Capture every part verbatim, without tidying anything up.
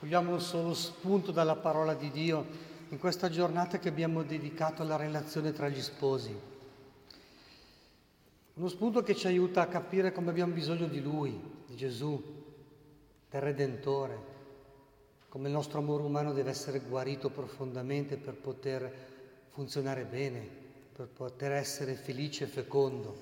Cogliamo un solo spunto dalla parola di Dio in questa giornata che abbiamo dedicato alla relazione tra gli sposi. Uno spunto che ci aiuta a capire come abbiamo bisogno di Lui, di Gesù, del Redentore, come il nostro amore umano deve essere guarito profondamente per poter funzionare bene, per poter essere felice e fecondo.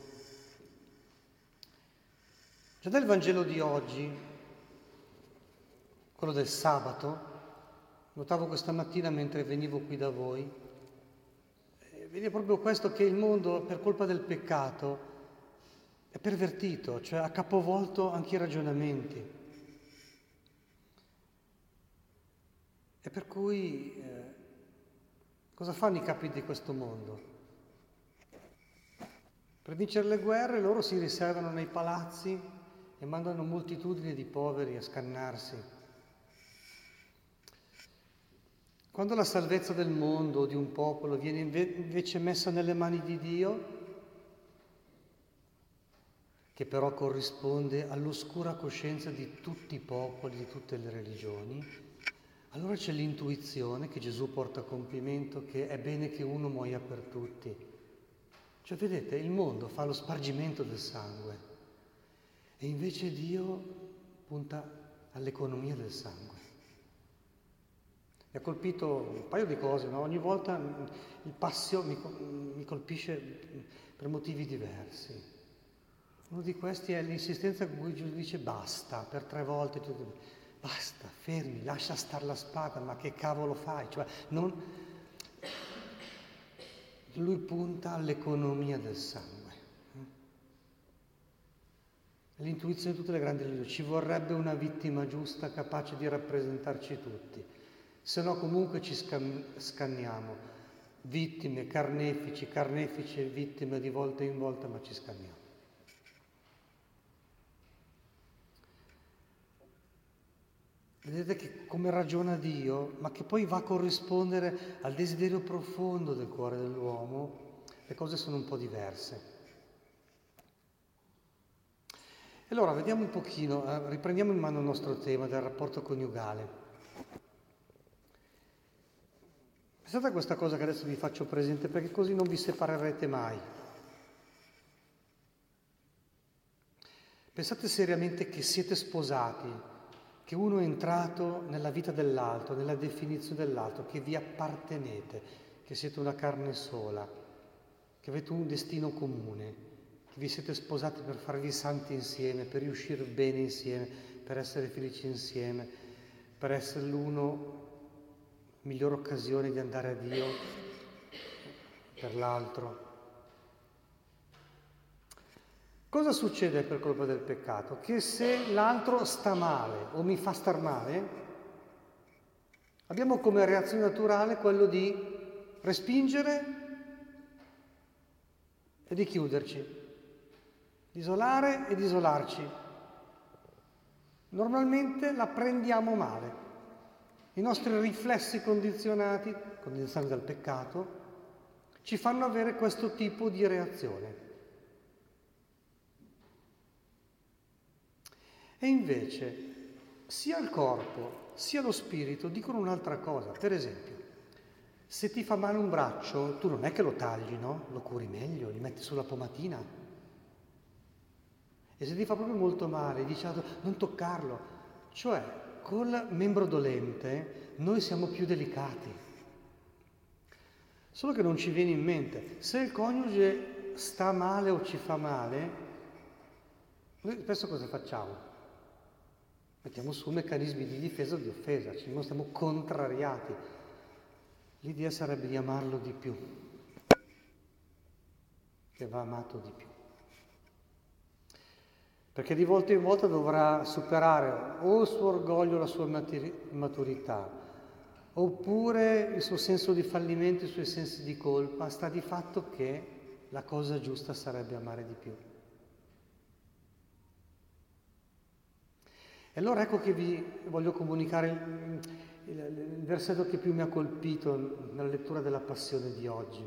Già nel Vangelo di oggi, quello del sabato, notavo questa mattina mentre venivo qui da voi, vedi proprio questo, che il mondo per colpa del peccato è pervertito, cioè ha capovolto anche i ragionamenti. E per cui eh, cosa fanno i capi di questo mondo? Per vincere le guerre loro si riservano nei palazzi e mandano moltitudini di poveri a scannarsi. Quando la salvezza del mondo, di un popolo, viene invece messa nelle mani di Dio, che però corrisponde all'oscura coscienza di tutti i popoli, di tutte le religioni, allora c'è l'intuizione che Gesù porta a compimento, che è bene che uno muoia per tutti. Cioè, vedete, il mondo fa lo spargimento del sangue e invece Dio punta all'economia del sangue. Mi ha colpito un paio di cose, no? Ogni volta il passio mi, mi colpisce per motivi diversi. Uno di questi è l'insistenza con cui Gesù dice basta, per tre volte. Basta, fermi, lascia star la spada, ma che cavolo fai? Cioè, non... Lui punta all'economia del sangue. L'intuizione di tutte le grandi religioni. Ci vorrebbe una vittima giusta capace di rappresentarci tutti. Se no comunque ci scanniamo, vittime, carnefici, carnefici e vittime di volta in volta, ma ci scanniamo. Vedete che come ragiona Dio, ma che poi va a corrispondere al desiderio profondo del cuore dell'uomo, le cose sono un po' diverse. E allora vediamo un pochino, eh, riprendiamo in mano il nostro tema del rapporto coniugale. Pensate a questa cosa che adesso vi faccio presente, perché così non vi separerete mai. Pensate seriamente che siete sposati, che uno è entrato nella vita dell'altro, nella definizione dell'altro, che vi appartenete, che siete una carne sola, che avete un destino comune, che vi siete sposati per farvi santi insieme, per riuscire bene insieme, per essere felici insieme, per essere l'uno migliore occasione di andare a Dio per l'altro. Cosa succede per colpa del peccato? Che se l'altro sta male o mi fa star male, abbiamo come reazione naturale quello di respingere e di chiuderci, di isolare e di isolarci. Normalmente la prendiamo male. I nostri riflessi condizionati, condizionati dal peccato, ci fanno avere questo tipo di reazione. E invece, sia il corpo sia lo spirito dicono un'altra cosa. Per esempio, se ti fa male un braccio, tu non è che lo tagli, no? Lo curi meglio, gli metti sulla pomatina. E se ti fa proprio molto male, dici non toccarlo. Cioè, col membro dolente noi siamo più delicati. Solo che non ci viene in mente. Se il coniuge sta male o ci fa male, noi spesso cosa facciamo? Mettiamo su meccanismi di difesa o di offesa, ci dimostriamo contrariati. L'idea sarebbe di amarlo di più, che va amato di più. Perché di volta in volta dovrà superare o il suo orgoglio, la sua maturità, oppure il suo senso di fallimento, i suoi sensi di colpa. Sta di fatto che la cosa giusta sarebbe amare di più. E allora ecco che vi voglio comunicare il, il, il versetto che più mi ha colpito nella lettura della Passione di oggi.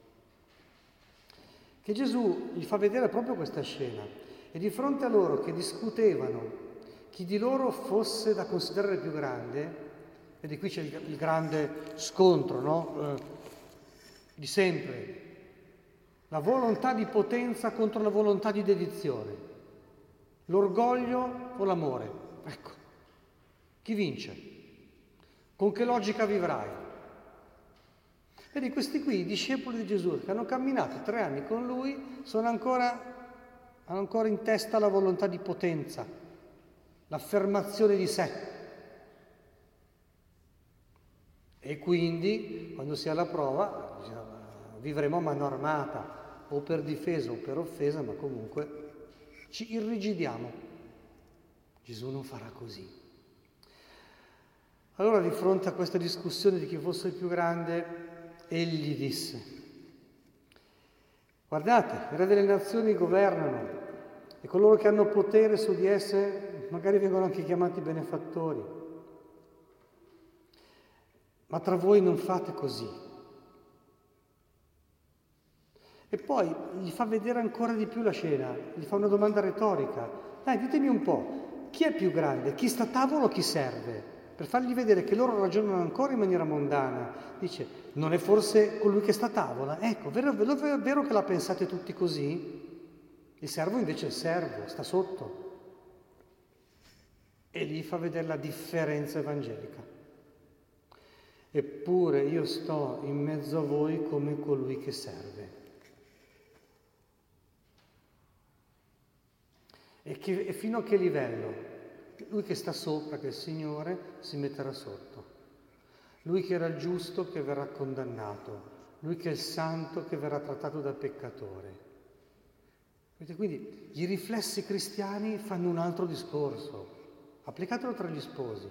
Che Gesù gli fa vedere proprio questa scena. E di fronte a loro che discutevano chi di loro fosse da considerare più grande, e di qui c'è il, il grande scontro, no? Eh, di sempre, la volontà di potenza contro la volontà di dedizione, l'orgoglio o l'amore. Ecco, chi vince? Con che logica vivrai? Vedi, questi qui, i discepoli di Gesù, che hanno camminato tre anni con lui, sono ancora, hanno ancora in testa la volontà di potenza, l'affermazione di sé. E quindi, quando sia la prova, vivremo a mano armata, o per difesa o per offesa, ma comunque ci irrigidiamo. Gesù non farà così. Allora, di fronte a questa discussione di chi fosse il più grande, egli disse: guardate, i re delle nazioni governano e coloro che hanno potere su di esse magari vengono anche chiamati benefattori. Ma tra voi non fate così. E poi gli fa vedere ancora di più la scena, gli fa una domanda retorica. Dai, ditemi un po', chi è più grande? Chi sta a tavola o chi serve? Per fargli vedere che loro ragionano ancora in maniera mondana. Dice, non è forse colui che sta a tavola? Ecco, vero, vero, vero che la pensate tutti così? Il servo invece è il servo, sta sotto. E gli fa vedere la differenza evangelica. Eppure io sto in mezzo a voi come colui che serve. E, che, e fino a che livello? Lui che sta sopra, che è il Signore, si metterà sotto. Lui che era il giusto, che verrà condannato. Lui che è il santo, che verrà trattato da peccatore. Quindi i riflessi cristiani fanno un altro discorso. Applicatelo tra gli sposi.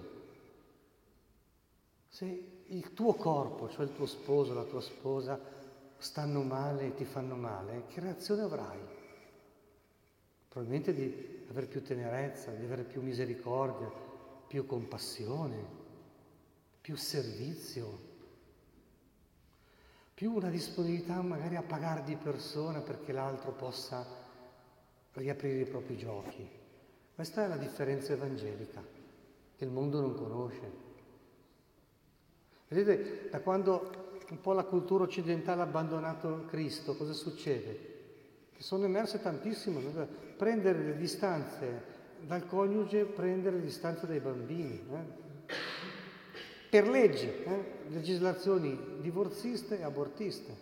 Se il tuo corpo, cioè il tuo sposo, la tua sposa, stanno male e ti fanno male, che reazione avrai? Probabilmente di avere più tenerezza, di avere più misericordia, più compassione, più servizio, più una disponibilità magari a pagare di persona perché l'altro possa riaprire i propri giochi. Questa è la differenza evangelica che il mondo non conosce. Vedete, da quando un po' la cultura occidentale ha abbandonato Cristo, cosa succede? Che sono emerse tantissimo, prendere le distanze dal coniuge, prendere le distanze dai bambini, eh? Per leggi, eh? legislazioni divorziste e abortiste.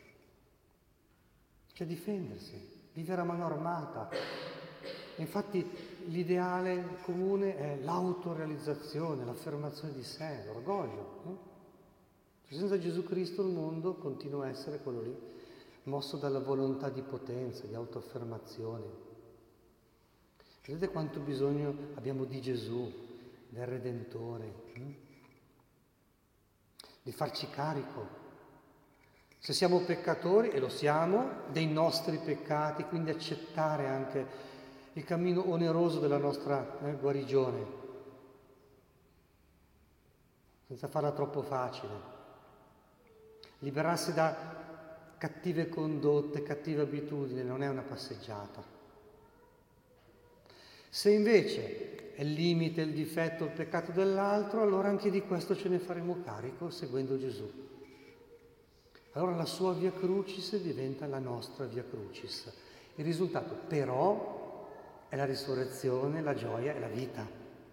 Cioè difendersi, vivere a mano armata. Infatti l'ideale comune è l'autorealizzazione, l'affermazione di sé, l'orgoglio. Eh? Senza Gesù Cristo il mondo continua a essere quello lì, mosso dalla volontà di potenza, di autoaffermazione. Vedete quanto bisogno abbiamo di Gesù, del Redentore, hm? di farci carico. Se siamo peccatori, e lo siamo, dei nostri peccati, quindi accettare anche il cammino oneroso della nostra eh, guarigione, senza farla troppo facile. Liberarsi da cattive condotte, cattive abitudini, non è una passeggiata. Se invece è il limite, il difetto, il peccato dell'altro, allora anche di questo ce ne faremo carico seguendo Gesù. Allora la sua via crucis diventa la nostra via crucis. Il risultato però è la risurrezione, la gioia e la vita.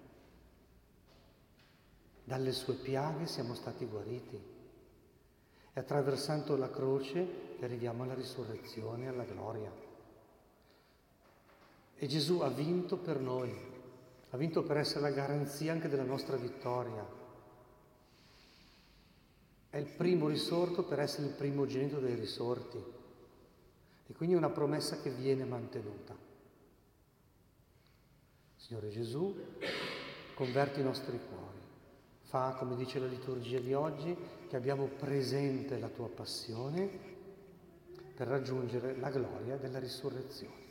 Dalle sue piaghe siamo stati guariti. E attraversando la croce arriviamo alla risurrezione, alla gloria. E Gesù ha vinto per noi, ha vinto per essere la garanzia anche della nostra vittoria. È il primo risorto per essere il primogenito dei risorti. E quindi è una promessa che viene mantenuta. Signore Gesù, converti i nostri cuori. Fa, come dice la liturgia di oggi, che abbiamo presente la tua passione per raggiungere la gloria della risurrezione.